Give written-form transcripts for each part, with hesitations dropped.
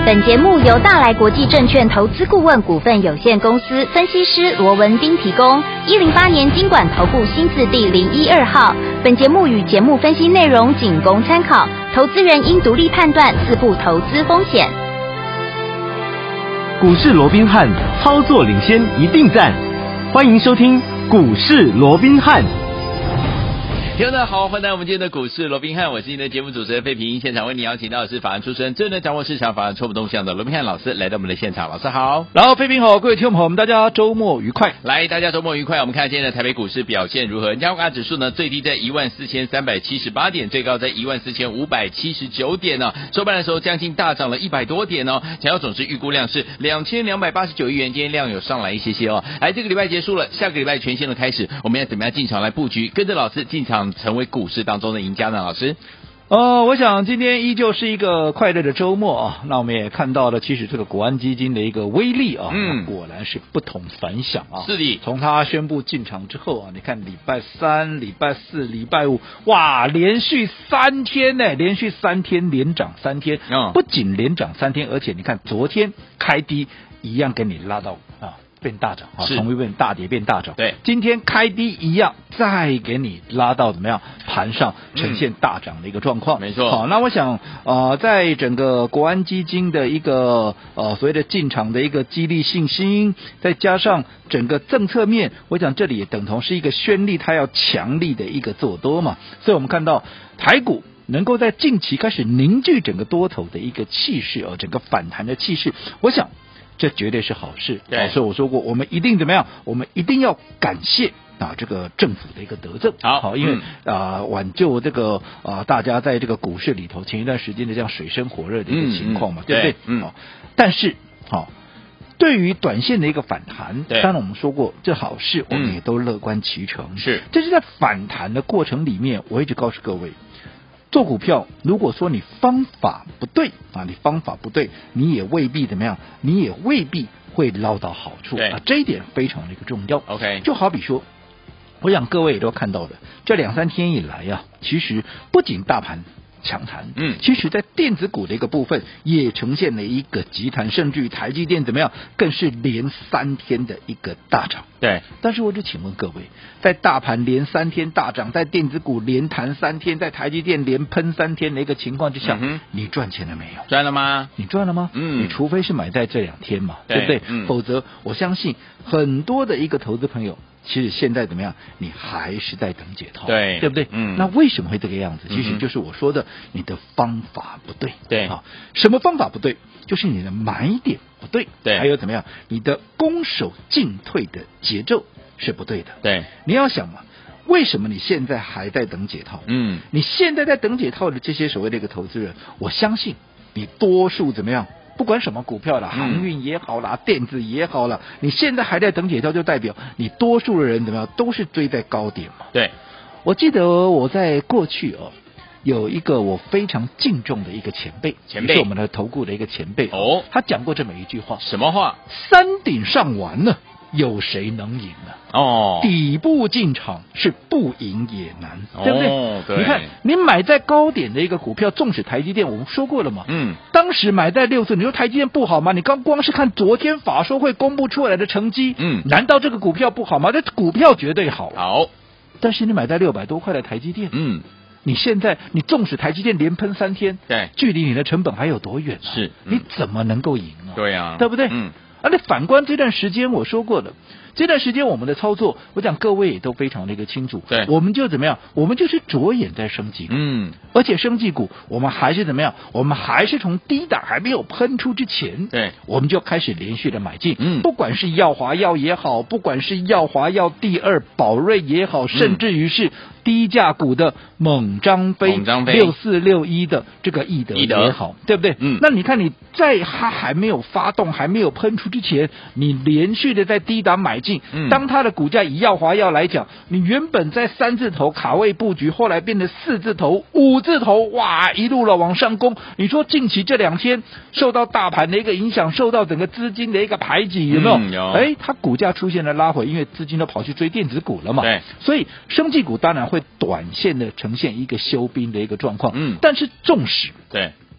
本节目由大来国际证券投资顾问股份有限公司分析师罗文彬提供。108年金管投顾新字第012号。本节目与节目分析内容仅供参考，投资人应独立判断，自负投资风险。 股市罗宾汉，操作领先一定赞。欢迎收听股市罗宾汉。 听众大家好，欢迎来到我们今天的股市罗宾汉，我是您的节目主持人费平。现场为您邀请到的是法案出身、真能掌握市场法案错误动向的罗宾汉老师来到我们的现场。老师好。 然后费平好，各位听众朋友们，大家周末愉快。 来，大家周末愉快。我们看今天的台北股市表现如何？加权指数呢，最低在14378点，最高在14579点呢。收盘的时候将近大涨了100多点哦。成交总值预估量是2289亿元，今天量有上来一些些哦。来，这个礼拜结束了，下个礼拜全新的开始，我们要怎么样进场来布局？跟着老师进场成为股市当中的赢家呢？老师， 我想今天依旧是一个快乐的周末啊。那我们也看到了，其实这个国安基金的一个威力啊，果然是不同凡响啊。 是的， 从他宣布进场之后啊，你看礼拜三、礼拜四、礼拜五，哇，连续3天呢，连续3天连涨3天，不仅连涨3天，而且你看昨天开低一样给你拉到啊。变大涨啊，从变大跌变大涨。 对， 今天开低一样，再给你拉到怎么样？盘上呈现大涨的一个状况。 没错。 好，那我想在整个国安基金的一个所谓的进场的一个激励信心，再加上整个政策面，我想这里也等同是一个宣力，它要强力的一个做多嘛。所以我们看到台股能够在近期开始凝聚整个多头的一个气势整个反弹的气势，我想这绝对是好事。 对， 所以我说过，我们一定怎么样？我们一定要感谢这个政府的一个德政。好，因为挽救这个大家在这个股市里头前一段时间的这样水深火热的一个情况嘛，对不对？但是对于短线的一个反弹，当然我们说过这好事，我们也都乐观其成。 是， 这是在反弹的过程里面，我一直告诉各位。做股票，如果说你方法不对你方法不对，你也未必怎么样，你也未必会捞到好处。这一点非常的一个重要。 OK， 就好比说，我想各位也都看到了，这2-3天以来其实不仅大盘强弹，其实在电子股的一个部分也呈现了一个急弹，甚至于台积电怎么样，更是连3天的一个大涨。 对， 但是我只请问各位，在大盘连3天大涨，在电子股连弹3天，在台积电连喷3天的一个情况之下，你赚钱了没有？ 赚了吗？ 你赚了吗？你除非是买在这2天嘛，对不对？否则我相信很多的一个投资朋友，其实现在怎么样？你还是在等解套，对不对？那为什么会这个样子？其实就是我说的，你的方法不对。 对， 什么方法不对？就是你的买点不对。 对， 还有怎么样？你的攻守进退的节奏是不对的。 对， 你要想嘛，为什么你现在还在等解套？你现在在等解套的这些所谓的一个投资人，我相信你多数怎么样？不管什么股票啦，航运也好啦，电子也好啦，你现在还在等解套，就代表你多数的人怎么样，都是追在高点嘛。 对， 我记得我在过去有一个我非常敬重的一个前辈是我们的投顾的一个前辈他讲过这么一句话。 什么话？ 山顶上完了，有谁能赢呢？底部进场是不赢也难，对不对？ 对， 你看你买在高点的一个股票，纵使台积电，我们说过了嘛，当时买在60，你说台积电不好吗？你光是看昨天法说会公布出来的成绩，难道这个股票不好吗？这股票绝对好，但是你买在600多块的台积电，你现在你纵使台积电连喷3天， 对， 距离你的成本还有多远啊？ 是， 你怎么能够赢啊？ 对啊， 对不对？那反观这段时间，我说过了，这段时间我们的操作，我讲各位也都非常的一个清楚。 对， 我们就怎么样？我们就是着眼在生技股，而且生技股我们还是怎么样？我们还是从低档还没有喷出之前， 对， 我们就开始连续的买进。不管是耀华药也好，不管是耀华药第2宝瑞也好，甚至于是低价股的猛张飞6461的这个易德也好，对不对？那你看你在它还没有发动、还没有喷出之前，你连续的在低档买进，当它的股价以耀华药来讲，你原本在3字头卡位布局，后来变成4字头、5字头，哇，一路了往上攻。你说近期这2天受到大盘的一个影响，受到整个资金的一个排挤，有没有？它股价出现了拉回，因为资金都跑去追电子股了嘛。 对， 所以生技股当然会短线的呈现一个休兵的一个状况。但是纵使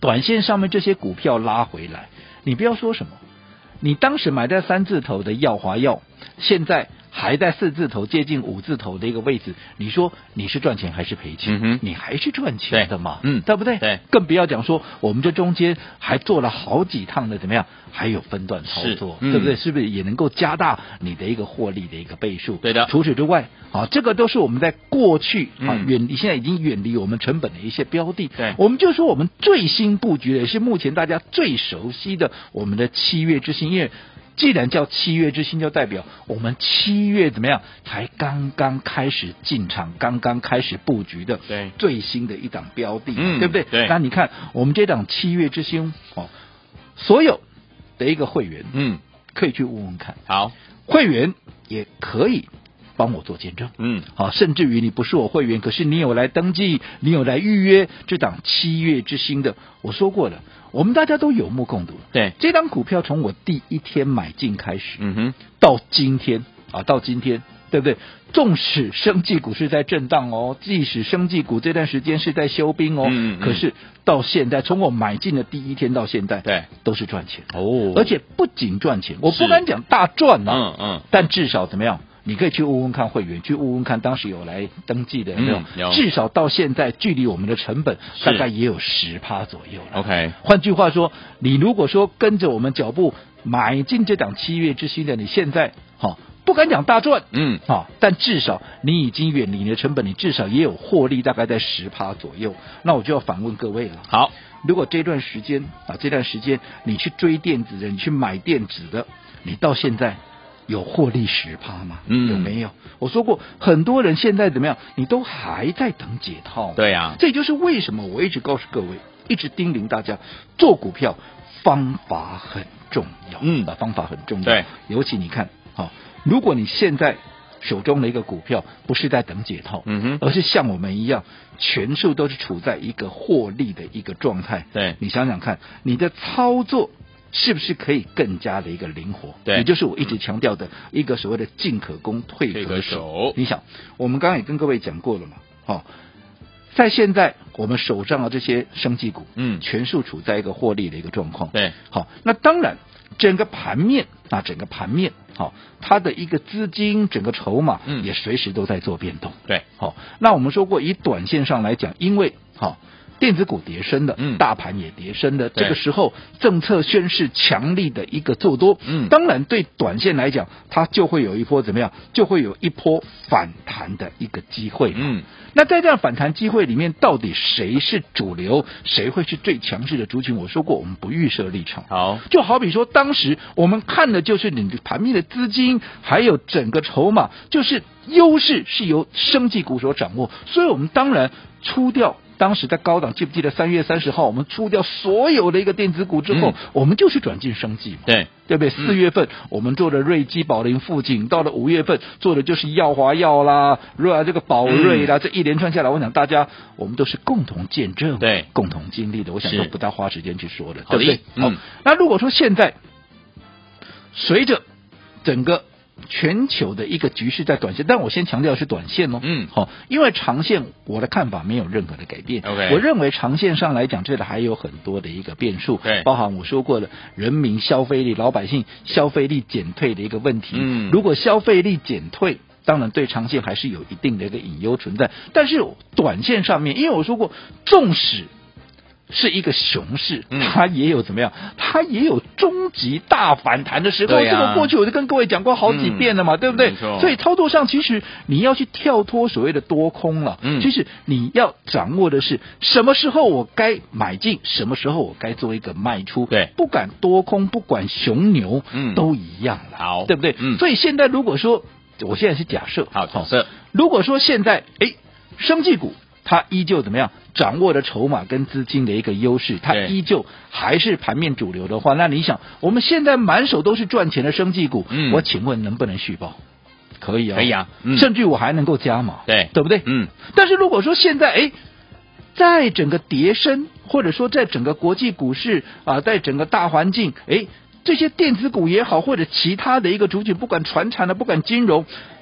短线上面这些股票拉回来，你不要说什么，你当时买在3字头的耀华药，现在还在4字头接近5字头的一个位置，你说你是赚钱还是赔钱？你还是赚钱的嘛，对不对？ 对， 更不要讲说我们这中间还做了好几趟的怎么样，还有分段操作，对不对？是不是也能够加大你的一个获利的一个倍数？ 对的。 除此之外，这个都是我们在过去现在已经远离我们成本的一些标的。 对， 我们就说我们最新布局的也是目前大家最熟悉的我们的7月之星，因为既然叫7月之星，就代表我们7月怎么样，才刚刚开始进场，刚刚开始布局的最新的一档标的，对不对？ 对。 那你看我们这档7月之星，所有的一个会员，可以去问问看。 好， 会员也可以帮我做见证，好，甚至于你不是我会员，可是你有来登记，你有来预约这档7月之星的，我说过了，我们大家都有目共睹。 对， 这档股票从我第一天买进开始，到今天到今天，对不对？纵使生技股是在震荡哦，即使生技股这段时间是在休兵哦，可是到现在，从我买进的第一天到现在， 对， 都是赚钱哦， 而且不仅赚钱，我不敢讲大赚但至少怎么样？你可以去问问看会员，去问问看当时有来登记的有没有？ 有， 至少到现在距离我们的成本大概也有10%左右了。 OK， 换句话说，你如果说跟着我们脚步买进这档7月之星的，你现在不敢讲大赚，但至少你已经远离你的成本，你至少也有获利，大概在10%左右。那我就要反问各位了。 好， 如果这段时间你去追电子的，你去买电子的，你到现在有获利10%吗？有没有？我说过，很多人现在怎么样？你都还在等解套。 对啊， 这就是为什么我一直告诉各位，一直叮咛大家，做股票方法很重要。方法很重要。 对， 尤其你看，如果你现在手中的一个股票不是在等解套，而是像我们一样，全数都是处在一个获利的一个状态。 对， 你想想看，你的操作是不是可以更加的一个灵活？ 对， 也就是我一直强调的一个所谓的进可攻退可守。你想，我们刚刚也跟各位讲过了嘛，在现在我们手上的这些生技股，全数处在一个获利的一个状况。 对， 好，那当然整个盘面，它的一个资金整个筹码也随时都在做变动。 对， 好，那我们说过，以短线上来讲，因为电子股跌升的，大盘也跌升的，这个时候政策宣示强力的一个做多，当然对短线来讲，它就会有一波怎么样？就会有一波反弹的一个机会。那在这样反弹机会里面，到底谁是主流，谁会是最强势的族群？我说过，我们不预设立场。 好， 就好比说，当时我们看的就是你的盘面的资金，还有整个筹码，就是优势是由生技股所掌握，所以我们当然出掉。当时在高档，记不记得3月30号我们出掉所有的一个电子股之后，我们就去转进生技嘛，对不对？4月份我们做的瑞基、宝林、富锦，到了5月份做的就是耀华药啦、这个宝瑞啦，这一连串下来，我想大家我们都是共同见证，共同经历的，我想都不大花时间去说的，对不对？好，那如果说现在随着整个全球的一个局势在短线，但我先强调的是短线哦，因为长线我的看法没有任何的改变。我认为长线上来讲，这里还有很多的一个变数，包含我说过了，人民消费力、老百姓消费力减退的一个问题。如果消费力减退，当然对长线还是有一定的一个隐忧存在，但是短线上面，因为我说过，纵使是一个熊市，它也有怎么样？它也有终极大反弹的时候。这个过去我就跟各位讲过好几遍了嘛，对不对？所以操作上其实你要去跳脱所谓的多空了，其实你要掌握的是什么时候我该买进，什么时候我该做一个卖出。 对， 不管多空，不管熊牛，都一样了， 好， 对不对？所以现在如果说，我现在是假设， 好，假设， 如果说现在生技股它依旧怎么样掌握的筹码跟资金的一个优势，它依旧还是盘面主流的话，那你想我们现在满手都是赚钱的生技股，我请问能不能续报？可以啊， 可以啊， 甚至我还能够加码， 对不对？但是如果说现在在整个跌升，或者说在整个国际股市在整个大环境这些电子股也好，或者其他的一个族群，不管传产的，不管金融，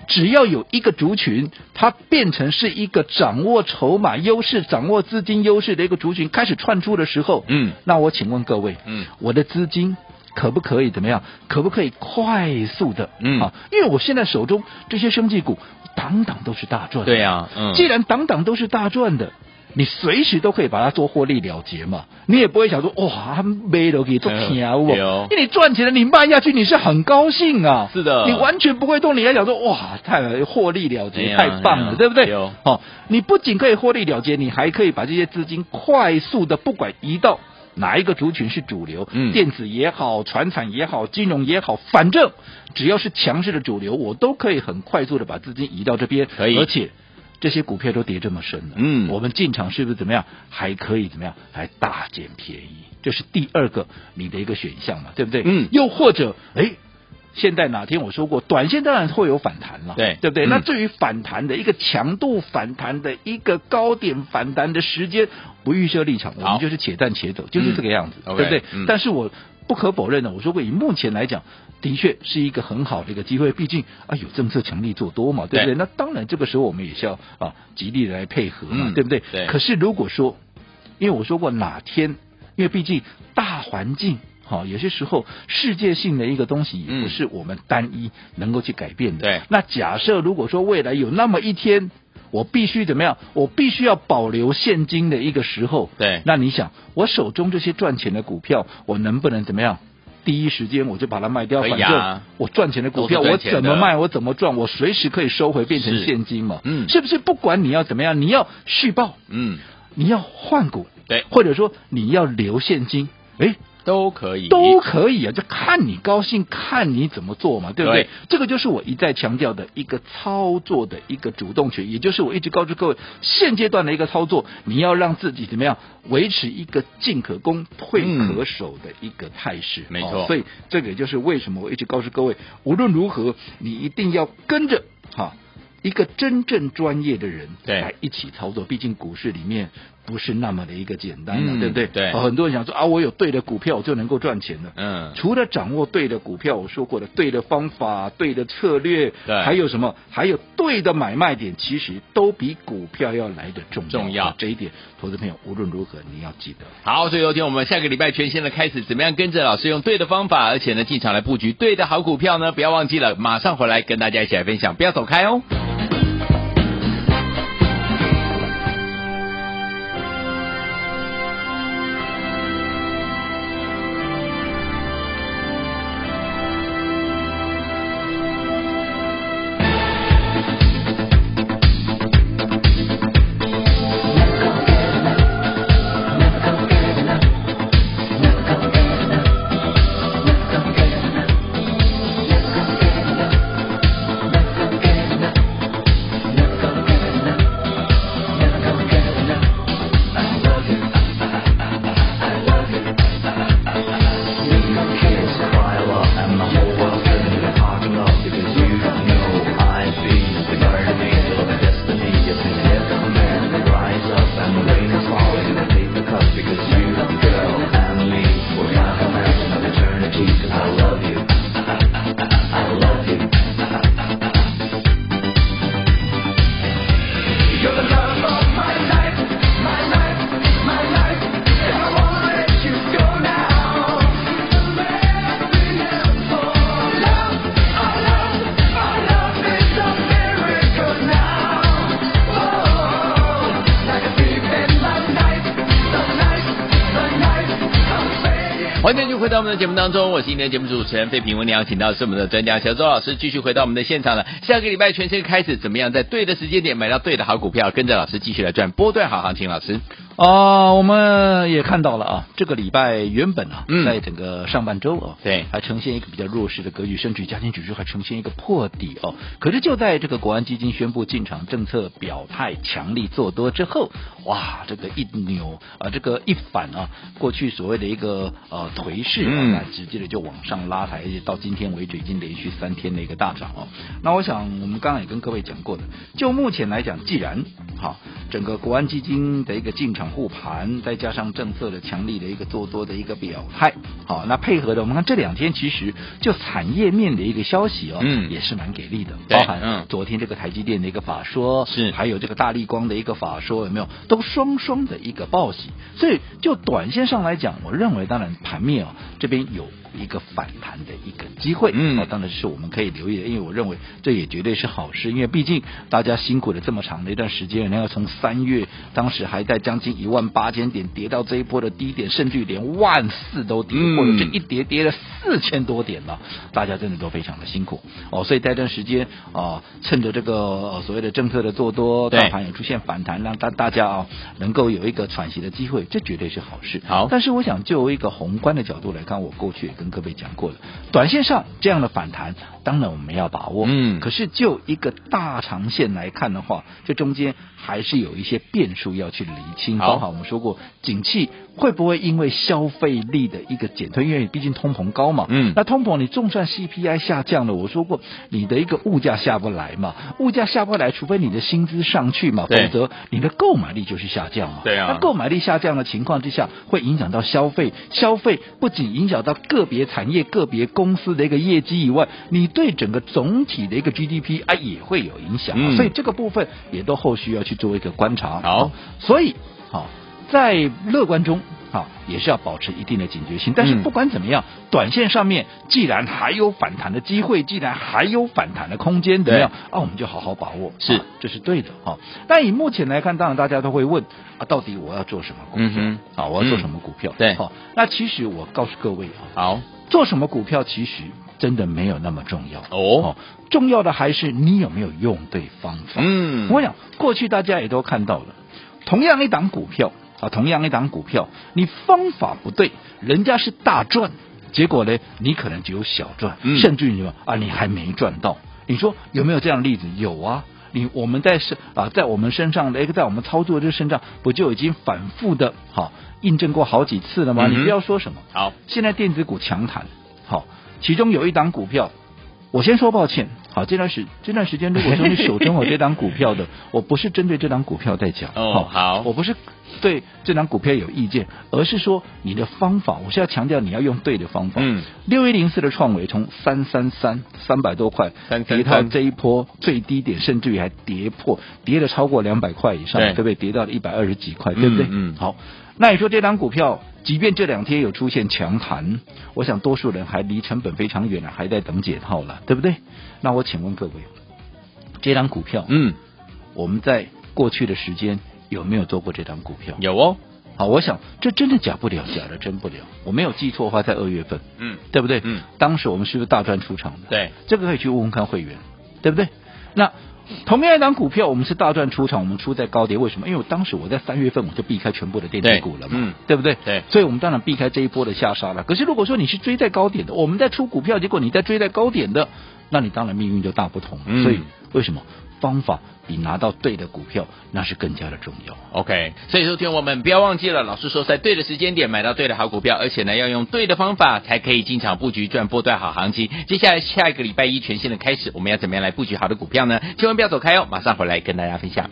只要有一个族群，它变成是一个掌握筹码优势、掌握资金优势的一个族群开始窜出的时候，那我请问各位，我的资金可不可以怎么样？可不可以快速的？因为我现在手中这些生技股，档档都是大赚的。 对啊， 既然档档都是大赚的，你随时都可以把它做获利了结嘛，你也不会想说哇，卖了给做天啊，因为你赚钱了，你卖下去你是很高兴啊， 是的， 你完全不会动，你还想说哇，太获利了结，太棒了，对不对？你不仅可以获利了结，你还可以把这些资金快速的，不管移到哪一个族群是主流，电子也好，传产也好，金融也好，反正只要是强势的主流，我都可以很快速的把资金移到这边，而且这些股票都跌这么深了，我们进场是不是怎么样？还可以怎么样？还大捡便宜，这是第二个你的一个选项嘛，对不对？又或者现在哪天我说过，短线当然会有反弹了，对不对？那至于反弹的一个强度、反弹的一个高点、反弹的时间，不预设立场，我们就是且战且走，就是这个样子，对不对？但是我不可否认的，我说过，以目前来讲，的确是一个很好的一个机会，毕竟有政策强力做多嘛，对不对？那当然这个时候我们也是要极力的来配合嘛，对不对？可是如果说，因为我说过哪天，因为毕竟大环境。有些时候世界性的一个东西也不是我们单一能够去改变的。 对， 那假设如果说未来有那么一天，我必须怎么样？我必须要保留现金的一个时候， 对， 那你想，我手中这些赚钱的股票，我能不能怎么样？第一时间我就把它卖掉，反正我赚钱的股票，我怎么卖我怎么赚，我随时可以收回变成现金嘛。是不是？不管你要怎么样，你要续报，你要换股， 对， 或者说你要留现金， 都可以啊，就看你高兴，看你怎么做嘛，对不对？这个就是我一再强调的一个操作的一个主动权，也就是我一直告诉各位，现阶段的一个操作，你要让自己怎么样维持一个进可攻、退可守的一个态势， 没错。 所以这个也就是为什么我一直告诉各位，无论如何，你一定要跟着一个真正专业的人来一起操作，毕竟股市里面不是那么的一个简单的，对不对？ 对， 很多人想说我有对的股票我就能够赚钱了。除了掌握对的股票，我说过的对的方法、对的策略，还有什么？还有对的买卖点，其实都比股票要来的重要。这一点，投资朋友无论如何你要记得。 好，所以昨天我们下个礼拜全新的开始，怎么样跟着老师用对的方法，而且呢进场来布局对的好股票呢？不要忘记了，马上回来跟大家一起来分享，不要走开哦。欢迎继续回到我们的节目当中，我是今天的节目主持人费平。我们邀请到的是我们的专家小周老师，继续回到我们的现场了。下个礼拜全新开始，怎么样在对的时间点买到对的好股票，跟着老师继续来赚波段好行情？老师我们也看到了这个礼拜原本在整个上半周对， 还呈现一个比较弱势的格局，甚至加权指数还呈现一个破底可是就在这个国安基金宣布进场政策表态强力做多之后，哇，这个一扭这个一反过去所谓的一个颓势那直接的就往上拉抬，到今天为止已经连续3天的一个大涨那我想我们刚刚也跟各位讲过的，就目前来讲，既然整个国安基金的一个进场场护盘，再加上政策的强力的一个做多的一个表态，好，那配合的我们看这2天其实就产业面的一个消息哦，也是蛮给力的，包含昨天这个台积电的一个法说，是还有这个大立光的一个法说，有没有都双双的一个报喜，所以就短线上来讲，我认为当然盘面这边有一个反弹的一个机会，当然是我们可以留意的，因为我认为这也绝对是好事，因为毕竟大家辛苦了这么长的一段时间，然后从3月当时还在将近18000点跌到这一波的低点，甚至于连14000都跌过了，这一跌了4000多点了，大家真的都非常的辛苦哦，所以在这段时间趁着这个所谓的政策的做多，大盘也出现反弹，让大家能够有一个喘息的机会，这绝对是好事。好，但是我想就一个宏观的角度来看，我过去也跟各位讲过了，短线上这样的反弹当然我们要把握，可是就一个大长线来看的话，这中间还是有一些变数要去厘清。包括我们说过，景气会不会因为消费力的一个减退，因为毕竟通膨高嘛，那通膨你就算 CPI 下降了，我说过你的一个物价下不来嘛，物价下不来，除非你的薪资上去嘛，否则你的购买力就是下降嘛。对啊，那购买力下降的情况之下，会影响到消费，消费不仅影响到个别产业、个别公司的一个业绩以外，你对整个总体的一个 GDP 也会有影响，所以这个部分也都后续要去做一个观察。好，所以在乐观中也是要保持一定的警觉性，但是不管怎么样，短线上面既然还有反弹的机会，既然还有反弹的空间，怎么样我们就好好把握，是这是对的但以目前来看，当然大家都会问到底我要做什么股票我要做什么股票？对，那其实我告诉各位好，做什么股票其实真的没有那么重要重要的还是你有没有用对方法。我想过去大家也都看到了，同样一档股票，你方法不对，人家是大赚，结果呢，你可能只有小赚，甚至于你还没赚到。你说有没有这样的例子？有啊。我们在我们身上的在我们操作的身上，不就已经反复的印证过好几次了吗？你不要说什么好，现在电子股强弹，其中有一档股票，我先说抱歉。好，这段时间，如果说你手中有这档股票的，我不是针对这档股票在讲好，我不是对这档股票有意见，而是说你的方法，我是要强调你要用对的方法。6104的创维从300多块跌到这一波最低点，甚至于还跌了超过200块以上，对不对？跌到了120几块，对不对？好，那你说这档股票，即便这2天有出现强弹，我想多数人还离成本非常远了，还在等解套了，对不对？那我请问各位，这档股票，我们在过去的时间有没有做过这档股票？有哦。好，我想这真的假不了，假的真不了。我没有记错的话，在2月份，对不对？当时我们是不是大赚出场的？对，这个可以去问问看会员，对不对？那同样一档股票，我们是大赚出场，我们出在高点，为什么？因为当时我在3月份我就避开全部的电子股了嘛，对不对？对，所以我们当然避开这一波的下杀了。可是如果说你是追在高点的，我们在出股票，结果你在追在高点的，那你当然命运就大不同。所以为什么方法比拿到对的股票那是更加的重要。 OK， 所以说听我们不要忘记了，老师说在对的时间点买到对的好股票，而且呢要用对的方法才可以进场布局赚波段好行情。接下来下一个礼拜一全新的开始，我们要怎么样来布局好的股票呢？千万不要走开哦，马上回来跟大家分享。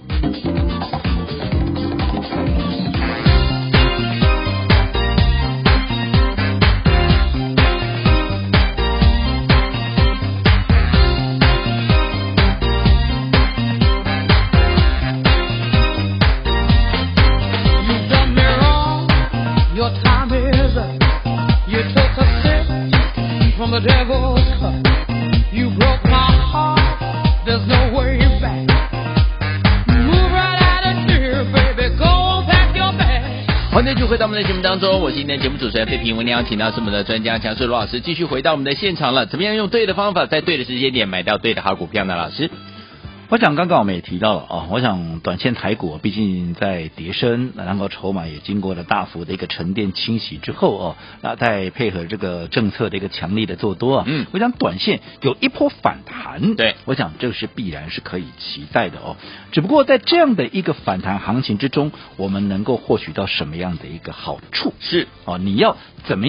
The devil's cup, you broke my heart, there's no way back. Move right out of here, baby, go pack your bag. 欢迎继续回到我们的节目当中，我是今天的节目主持人费平。我们邀请到是我们的专家强势罗老师，继续回到我们的现场了。怎么样用对的方法，在对的时间点买到对的好股票呢？老师， 我想刚刚我们也提到了啊，我想短线台股毕竟在跌升，然后筹码也经过了大幅的一个沉淀清洗之后哦，那再配合这个政策的一个强力的做多啊，我想短线有一波反弹，对，我想这个是必然是可以期待的哦。只不过在这样的一个反弹行情之中，我们能够获取到什么样的一个好处？是哦，你要怎么样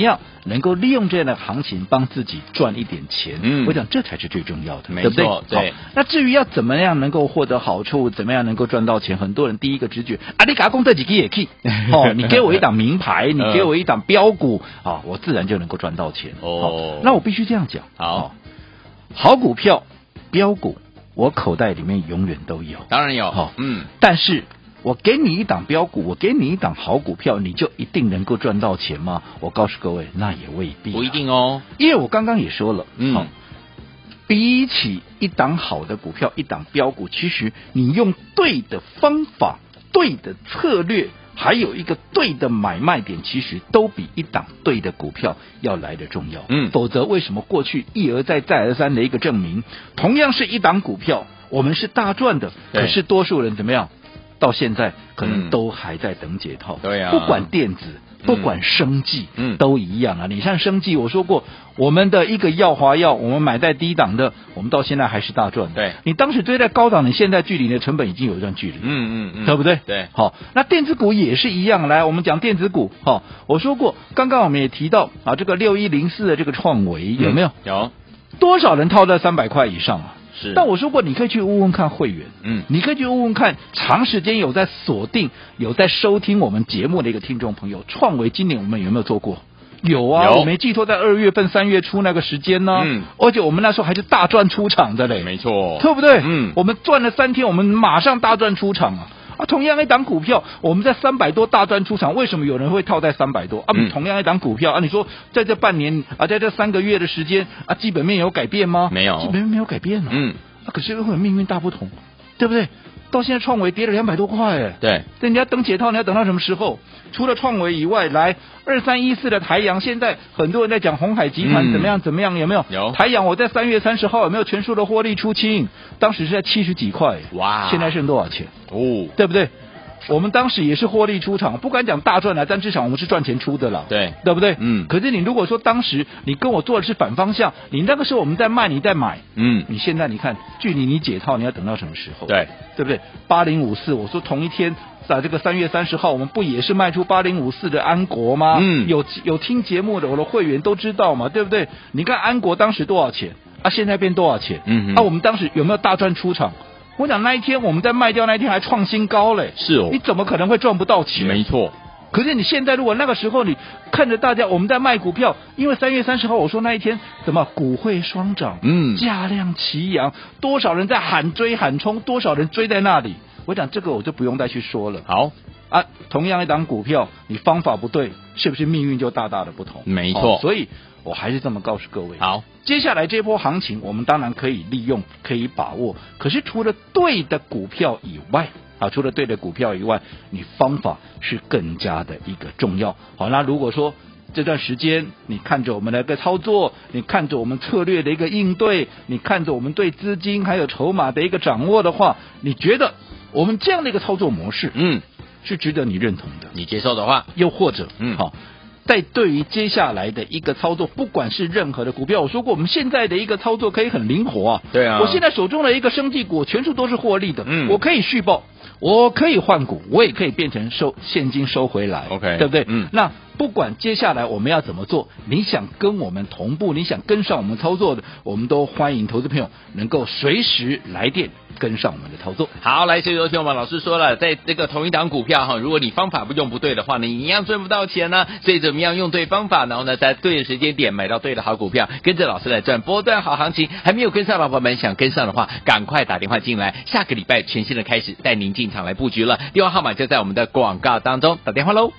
能够利用这样的行情帮自己赚一点钱，我想这才是最重要的， 没错， 对不对？ 对。 那至于要怎么样能够获得好处，怎么样能够赚到钱，很多人第一个直觉啊，你给他供这几个也可以你给我一档名牌，你给我一档标股我自然就能够赚到钱那我必须这样讲，好股票标股我口袋里面永远都有， 当然有但是我给你一档标股，我给你一档好股票，你就一定能够赚到钱吗？我告诉各位，那也未必， 不一定哦。 因为我刚刚也说了，比起一档好的股票，一档标股，其实你用对的方法、对的策略，还有一个对的买卖点，其实都比一档对的股票要来得重要。否则为什么过去一而再再而三的一个证明，同样是一档股票，我们是大赚的，可是多数人怎么样？到现在可能都还在等解套， 对啊， 不管电子，不管生技，都一样啊。你像生技，我说过，我们的一个耀华药，我们买在低档的，我们到现在还是大赚。 对， 你当时追在高档，你现在距离你的成本已经有一段距离，对不对？ 对， 好，那电子股也是一样。来，我们讲电子股，我说过，刚刚我们也提到这个6104的这个创惟有没有？ 有， 多少人套在300块以上啊？ 是， 但我说过，你可以去问问看会员，你可以去问问看长时间有在锁定、有在收听我们节目的一个听众朋友，创惟今年我们有没有做过？有啊，我没记错，在2月份、3月初那个时间呢，而且我们那时候还是大赚出场的嘞， 没错， 对不对？我们赚了3天，我们马上大赚出场同样一档股票，我们在300多大赚出场，为什么有人会套在300多同样一档股票你说在这半年在这3个月的时间基本面有改变吗？ 没有， 基本面没有改变可是会有命运大不同，对不对？到现在创惟跌了200多块对， 你要等解套，你要等到什么时候？除了创惟以外，来2314的台阳，现在很多人在讲鸿海集团怎么样怎么样，有没有？ 有。 台阳我在3月30号有没有全数的获利出清？当时是在70几块， 哇， 现在剩多少钱？对不对？我们当时也是获利出场，不敢讲大赚但至少我们是赚钱出的了， 对不对？可是你如果说当时你跟我做的是反方向，你那个时候我们在卖，你在买，你现在你看距离你解套你要等到什么时候？对不对？8054，我说同一天在这个3月30号，我们不也是卖出8054的安国吗？有听节目的我的会员都知道嘛，对不对？你看安国当时多少钱现在变多少钱？我们当时有没有大赚出场？我讲那一天我们在卖掉那一天还创新高嘞， 是哦， 你怎么可能会赚不到钱？ 没错。 可是你现在如果那个时候你看着大家我们在卖股票，因为3月30号我说那一天什么股汇双涨，价量齐扬，多少人在喊追喊冲，多少人追在那里，我讲这个我就不用再去说了。 好同样一档股票，你方法不对，是不是命运就大大的不同？ 没错， 所以我还是这么告诉各位。 好， 接下来这波行情我们当然可以利用，可以把握，可是除了对的股票以外除了对的股票以外，你方法是更加的一个重要。好，那如果说这段时间你看着我们的一个操作，你看着我们策略的一个应对，你看着我们对资金还有筹码的一个掌握的话，你觉得我们这样的一个操作模式是值得你认同的， 你接受的话， 又或者在对于接下来的一个操作，不管是任何的股票，我说过我们现在的一个操作可以很灵活对啊， 我现在手中的一个生技股全数都是获利的我可以续报，我可以换股，我也可以变成现金收回来 OK， 对不对？那不管接下来我们要怎么做，你想跟我们同步，你想跟上我们操作的，我们都欢迎投资朋友能够随时来电跟上我们的操作。 好，来，所以有听我们老师说了，在这个同一档股票如果你方法用不对的话呢，你一样赚不到钱呢。所以怎么样用对方法，然后呢在对的时间点买到对的好股票，跟着老师来赚波段好行情。还没有跟上的伙伴们，想跟上的话，赶快打电话进来，下个礼拜全新的开始，带您进场来布局了。电话号码就在我们的广告当中，打电话喽。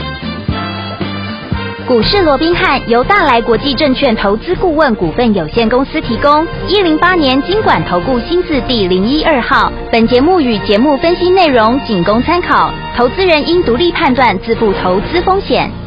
股市罗宾汉由大来国际证券投资顾问股份有限公司提供，108年金管投顾新字第012号。本节目与节目分析内容仅供参考，投资人应独立判断，自负投资风险。